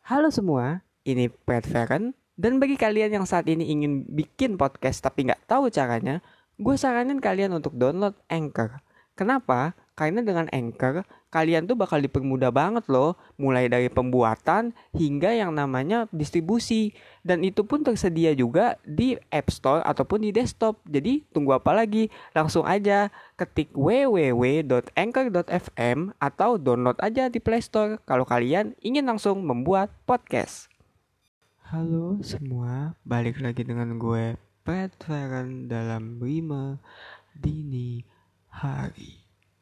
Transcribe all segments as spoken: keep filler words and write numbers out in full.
Halo semua, ini Pat Feren. Dan bagi kalian yang saat ini ingin bikin podcast tapi nggak tahu caranya, gue saranin kalian untuk download Anchor. Kenapa? Karena dengan Anchor, kalian tuh bakal dipermudah banget loh, mulai dari pembuatan hingga yang namanya distribusi. Dan itu pun tersedia juga di App Store ataupun di desktop. Jadi tunggu apa lagi? Langsung aja ketik w w w dot anchor dot f m atau download aja di Play Store kalau kalian ingin langsung membuat podcast. Halo semua, balik lagi dengan gue Pat Feren dalam lima dini hari.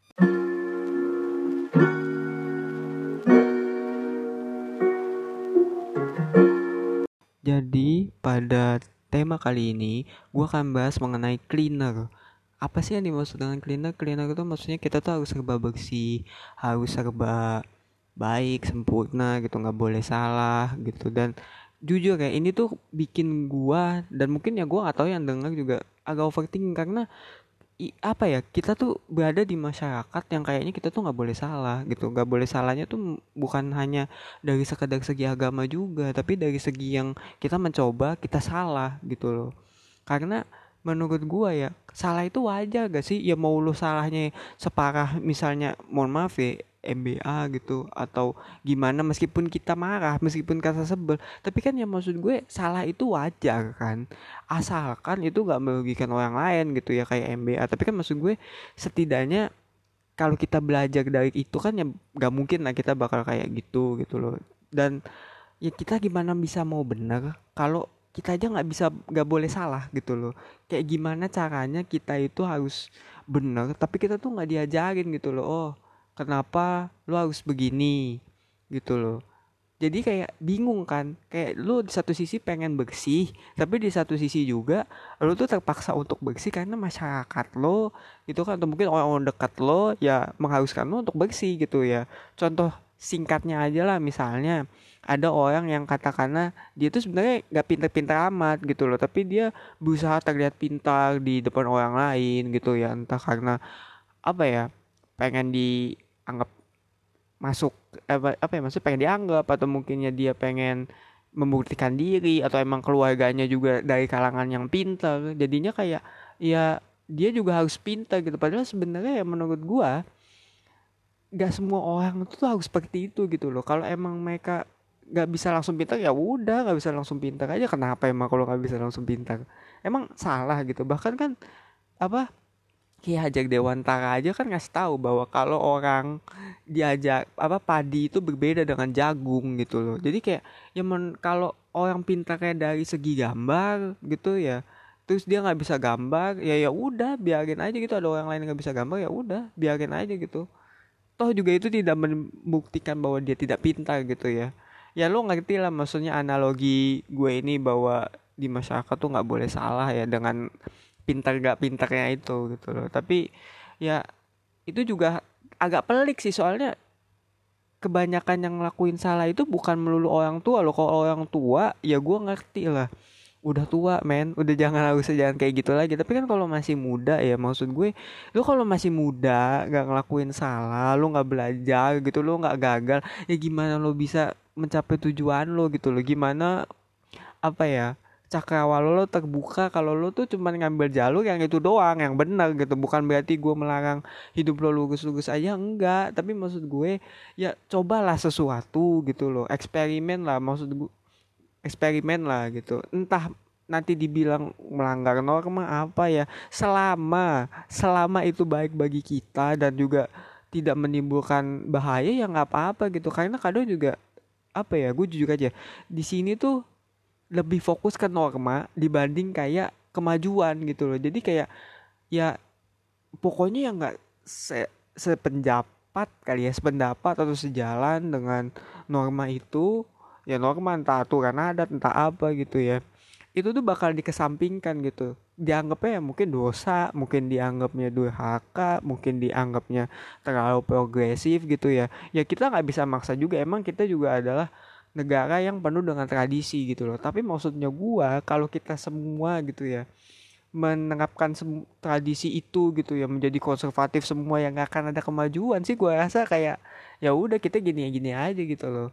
Jadi pada tema kali ini gue akan bahas mengenai cleaner. Apa sih yang dimaksud dengan cleaner? Cleaner itu maksudnya kita tuh harus serba bersih, harus serba baik, sempurna gitu, nggak boleh salah gitu. Dan jujur ya, ini tuh bikin gua dan mungkin ya gua nggak tahu yang dengar juga agak overthinking karena i, apa ya, kita tuh berada di masyarakat yang kayaknya kita tuh nggak boleh salah gitu. Nggak boleh salahnya tuh bukan hanya dari sekedar segi agama juga, tapi dari segi yang kita mencoba kita salah gitu loh. Karena menurut gua ya, salah itu wajar gak sih? Ya mau lu salahnya separah misalnya, mohon maaf ya, M B A gitu atau gimana, meskipun kita marah, meskipun kata sebel, tapi kan ya maksud gue salah itu wajar kan, asalkan itu gak merugikan orang lain gitu ya, kayak M B A. Tapi kan maksud gue setidaknya kalau kita belajar dari itu kan ya gak mungkin lah kita bakal kayak gitu gitu loh. Dan ya kita gimana bisa mau benar kalau kita aja nggak bisa, nggak boleh salah gitu loh. Kayak gimana caranya kita itu harus benar tapi kita tuh nggak diajarin gitu loh. Oh, kenapa lu harus begini gitu loh. Jadi kayak bingung kan, kayak lu di satu sisi pengen bersih tapi di satu sisi juga lu tuh terpaksa untuk bersih karena masyarakat lo gitu kan, atau mungkin orang-orang dekat lo ya mengharuskan lo untuk bersih gitu ya. Contoh singkatnya aja lah, misalnya ada orang yang katakanlah dia tuh sebenarnya nggak pintar-pintar amat gitu loh, tapi dia berusaha terlihat pintar di depan orang lain gitu ya, entah karena apa ya, pengen dianggap masuk, apa, apa ya, maksudnya pengen dianggap, atau mungkinnya dia pengen membuktikan diri, atau emang keluarganya juga dari kalangan yang pintar, jadinya kayak ya dia juga harus pintar gitu. Padahal sebenarnya ya menurut gua gak semua orang tuh harus seperti itu gitu loh. Kalau emang mereka gak bisa langsung pintar ya udah, gak bisa langsung pintar aja. Kenapa emang kalau gak bisa langsung pintar emang salah gitu? Bahkan kan apa, Ki Hajar Dewantara aja kan ngasih tahu bahwa kalau orang diajak apa, padi itu berbeda dengan jagung gitu loh. Jadi kayak ya men, kalau orang pintar kayak dari segi gambar gitu ya, terus dia nggak bisa gambar ya ya udah biarin aja gitu. Ada orang lain yang nggak bisa gambar ya udah biarin aja gitu. Toh juga itu tidak membuktikan bahwa dia tidak pintar gitu ya. Ya lo ngerti lah maksudnya analogi gue ini, bahwa di masyarakat tuh nggak boleh salah ya dengan pintar gak pintarnya itu gitu loh. Tapi ya itu juga agak pelik sih, soalnya kebanyakan yang ngelakuin salah itu bukan melulu orang tua loh. Kalau orang tua ya gue ngerti lah, udah tua men, udah jangan, harusnya jangan kayak gitu lagi. Tapi kan kalau masih muda ya, maksud gue lu kalau masih muda nggak ngelakuin salah, lu nggak belajar gitu, lu nggak gagal, ya gimana lu bisa mencapai tujuan lo gitu loh. Gimana apa ya, cakrawala lo terbuka kalau lo tuh cuma ngambil jalur yang itu doang yang benar gitu. Bukan berarti gue melarang hidup lo lurus-lurus aja, enggak, tapi maksud gue ya cobalah sesuatu gitu loh, eksperimen lah, maksud gue eksperimen lah gitu. Entah nanti dibilang melanggar norma apa ya, selama selama itu baik bagi kita dan juga tidak menimbulkan bahaya ya nggak apa-apa gitu. Karena kadang juga apa ya, gue jujur aja di sini tuh lebih fokus ke norma dibanding kayak kemajuan gitu loh. Jadi kayak ya pokoknya yang nggak se sependapat kali ya, sependapat atau sejalan dengan norma itu, ya norma entah aturan adat entah apa gitu ya, itu tuh bakal dikesampingkan gitu. Dianggapnya ya mungkin dosa, mungkin dianggapnya durhaka, mungkin dianggapnya terlalu progresif gitu ya. Ya kita nggak bisa maksa juga, emang kita juga adalah negara yang penuh dengan tradisi gitu loh. Tapi maksudnya gua kalau kita semua gitu ya menerapkan sem- tradisi itu gitu ya, menjadi konservatif semua yang gak akan ada kemajuan sih. Gua rasa kayak ya udah kita gini gini aja gitu loh.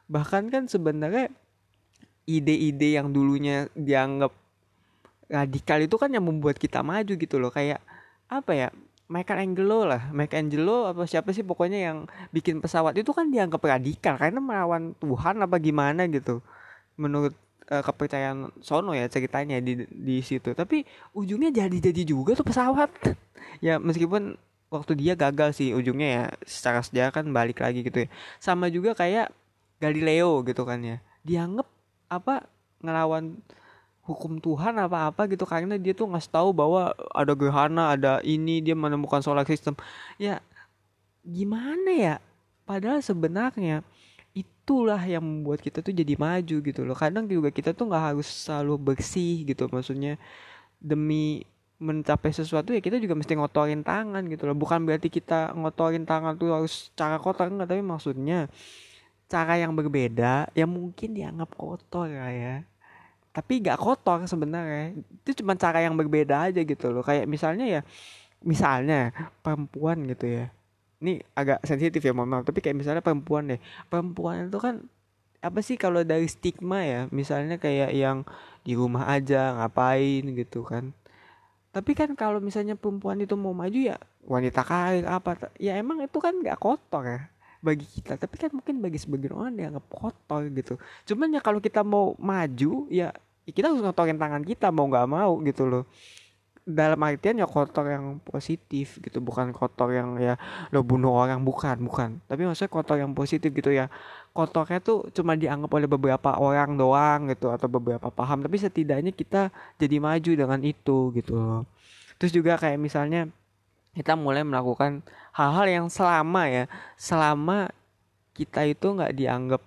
Bahkan kan sebenarnya ide-ide yang dulunya dianggap radikal itu kan yang membuat kita maju gitu loh. Kayak apa ya, Michelangelo lah, Michelangelo apa siapa sih pokoknya yang bikin pesawat itu kan dianggap radikal karena melawan Tuhan apa gimana gitu. Menurut uh, kepercayaan sono ya ceritanya di di situ. Tapi ujungnya jadi-jadi juga tuh pesawat. Ya meskipun waktu dia gagal sih ujungnya ya, secara sejarah kan balik lagi gitu ya. Sama juga kayak Galileo gitu kan ya. Dianggap apa, ngelawan hukum Tuhan apa-apa gitu karena dia tuh ngasih tahu bahwa ada gerhana, ada ini, dia menemukan solar system. Ya gimana ya? Padahal sebenarnya itulah yang membuat kita tuh jadi maju gitu loh. Kadang juga kita tuh nggak harus selalu bersih gitu, maksudnya demi mencapai sesuatu ya kita juga mesti ngotorin tangan gitu loh. Bukan berarti kita ngotorin tangan tuh harus cara kotor, enggak, tapi maksudnya cara yang berbeda yang mungkin dianggap kotor lah ya, tapi gak kotor sebenarnya. Itu cuma cara yang berbeda aja gitu loh. Kayak misalnya ya, misalnya perempuan gitu ya, ini agak sensitif ya mohon maaf, tapi kayak misalnya perempuan deh, perempuan itu kan apa sih kalau dari stigma ya, misalnya kayak yang di rumah aja ngapain gitu kan. Tapi kan kalau misalnya perempuan itu mau maju ya wanita karir apa, ya emang itu kan gak kotor ya bagi kita, tapi kan mungkin bagi sebagian orang dianggap kotor gitu. Cuman ya kalau kita mau maju ya, ya kita harus ngotorin tangan kita mau nggak mau gitu loh. Dalam artian ya kotor yang positif gitu, bukan kotor yang ya lo bunuh orang, bukan bukan tapi maksudnya kotor yang positif gitu ya. Kotornya tuh cuma dianggap oleh beberapa orang doang gitu, atau beberapa paham, tapi setidaknya kita jadi maju dengan itu gitu loh. Terus juga kayak misalnya kita mulai melakukan hal-hal yang selama ya selama kita itu nggak dianggap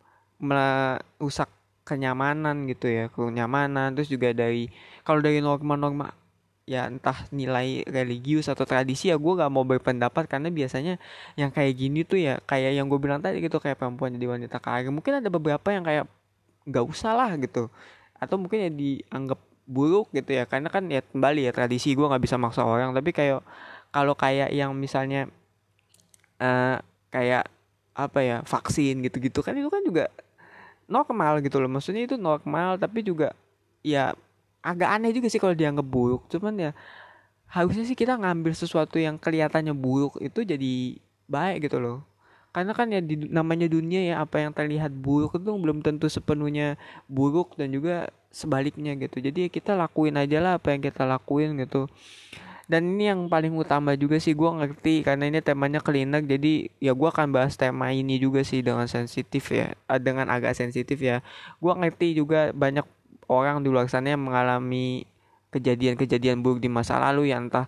merusak kenyamanan gitu ya, kenyamanan. Terus juga dari kalau dari norma-norma ya entah nilai religius atau tradisi ya gue gak mau berpendapat, karena biasanya yang kayak gini tuh ya kayak yang gue bilang tadi gitu, kayak perempuan jadi wanita karir, mungkin ada beberapa yang kayak gak usah lah gitu, atau mungkin ya dianggap buruk gitu ya, karena kan ya kembali ya tradisi, gue gak bisa maksa orang. Tapi kayak kalau kayak yang misalnya uh, kayak apa ya, vaksin gitu-gitu kan, itu kan juga normal gitu loh, maksudnya itu normal, tapi juga ya agak aneh juga sih kalau dianggap buruk. Cuman ya harusnya sih kita ngambil sesuatu yang kelihatannya buruk itu jadi baik gitu loh, karena kan ya di namanya dunia ya, apa yang terlihat buruk itu belum tentu sepenuhnya buruk, dan juga sebaliknya gitu. Jadi ya kita lakuin aja lah apa yang kita lakuin gitu. Dan ini yang paling utama juga sih, gue ngerti karena ini temanya cleaner, jadi ya gue akan bahas tema ini juga sih dengan sensitif ya, dengan agak sensitif ya. Gue ngerti juga banyak orang di luar sana yang mengalami kejadian-kejadian buruk di masa lalu ya, entah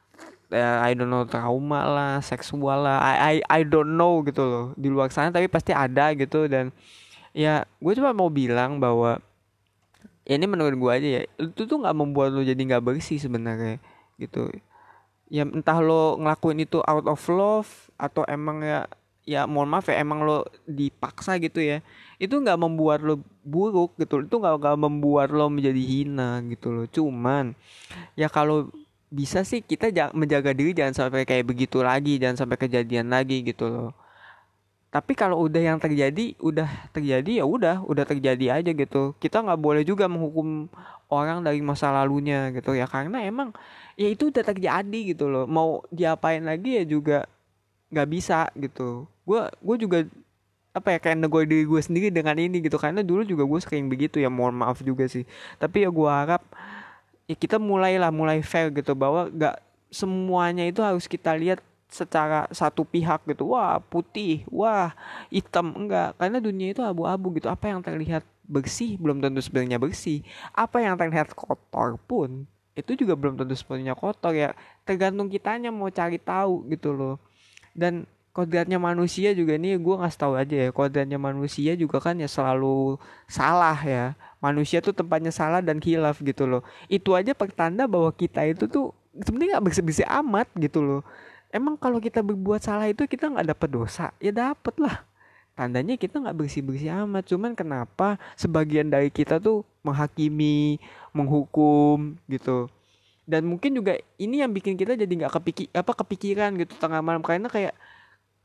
uh, I don't know, trauma lah, seksual lah, I, I I don't know gitu loh di luar sana, tapi pasti ada gitu. Dan ya gue cuma mau bilang bahwa ya ini menurut gue aja ya, itu tuh nggak membuat lo jadi nggak bersih sebenarnya gitu. Ya entah lo ngelakuin itu out of love atau emang ya ya mohon maaf ya emang lo dipaksa gitu ya, itu nggak membuat lo buruk gitu, itu nggak nggak membuat lo menjadi hina gitu loh. Cuman ya kalau bisa sih kita j- menjaga diri jangan sampai kayak begitu lagi, jangan sampai kejadian lagi gitu loh. Tapi kalau udah yang terjadi udah terjadi ya udah udah terjadi aja gitu. Kita nggak boleh juga menghukum orang dari masa lalunya gitu ya, karena emang ya itu udah terjadi gitu loh. Mau diapain lagi ya juga nggak bisa gitu. Gue gue juga apa ya, kayak nego diri gue sendiri dengan ini gitu, karena dulu juga gue sering begitu ya, mohon maaf juga sih. Tapi ya gue harap ya kita mulailah mulai fair gitu, bahwa nggak semuanya itu harus kita lihat secara satu pihak gitu, wah putih, wah hitam, enggak, karena dunia itu abu-abu gitu. Apa yang terlihat bersih belum tentu sebenarnya bersih, apa yang terlihat kotor pun itu juga belum tentu sebenarnya kotor ya, tergantung kitanya mau cari tahu gitu loh. Dan kodratnya manusia juga nih, gue ngasih tahu aja ya, kodratnya manusia juga kan ya selalu salah ya. Manusia tuh tempatnya salah dan khilaf gitu loh. Itu aja pertanda bahwa kita itu tuh sebenarnya nggak bersih-bersih amat gitu loh. Emang kalau kita berbuat salah itu kita nggak dapat dosa? Ya dapat lah. Tandanya kita nggak bersih-bersih amat. Cuman kenapa sebagian dari kita tuh menghakimi, menghukum gitu. Dan mungkin juga ini yang bikin kita jadi nggak kepikir apa kepikiran gitu tengah malam, karena kayak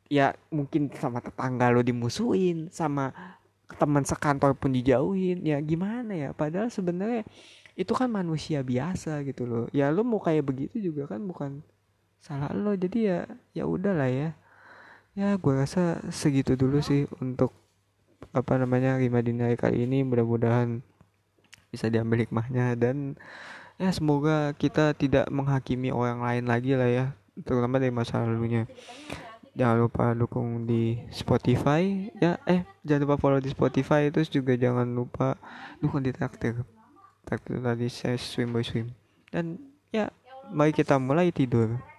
ya mungkin sama tetangga lo dimusuhin, sama teman sekantor pun dijauhin, ya gimana ya, padahal sebenarnya itu kan manusia biasa gitu loh ya, lo mau kayak begitu juga kan bukan salah lo, jadi ya ya udahlah ya. Ya gue rasa segitu dulu sih untuk apa namanya lima dini hari kali ini, mudah-mudahan bisa diambil hikmahnya, dan ya semoga kita tidak menghakimi orang lain lagi lah ya, terutama dari masa lalunya. Jangan lupa dukung di Spotify ya, eh jangan lupa follow di Spotify, terus juga jangan lupa dukung di Traktir. Traktir tadi saya Swim Boy Swim. Dan ya mari kita mulai tidur.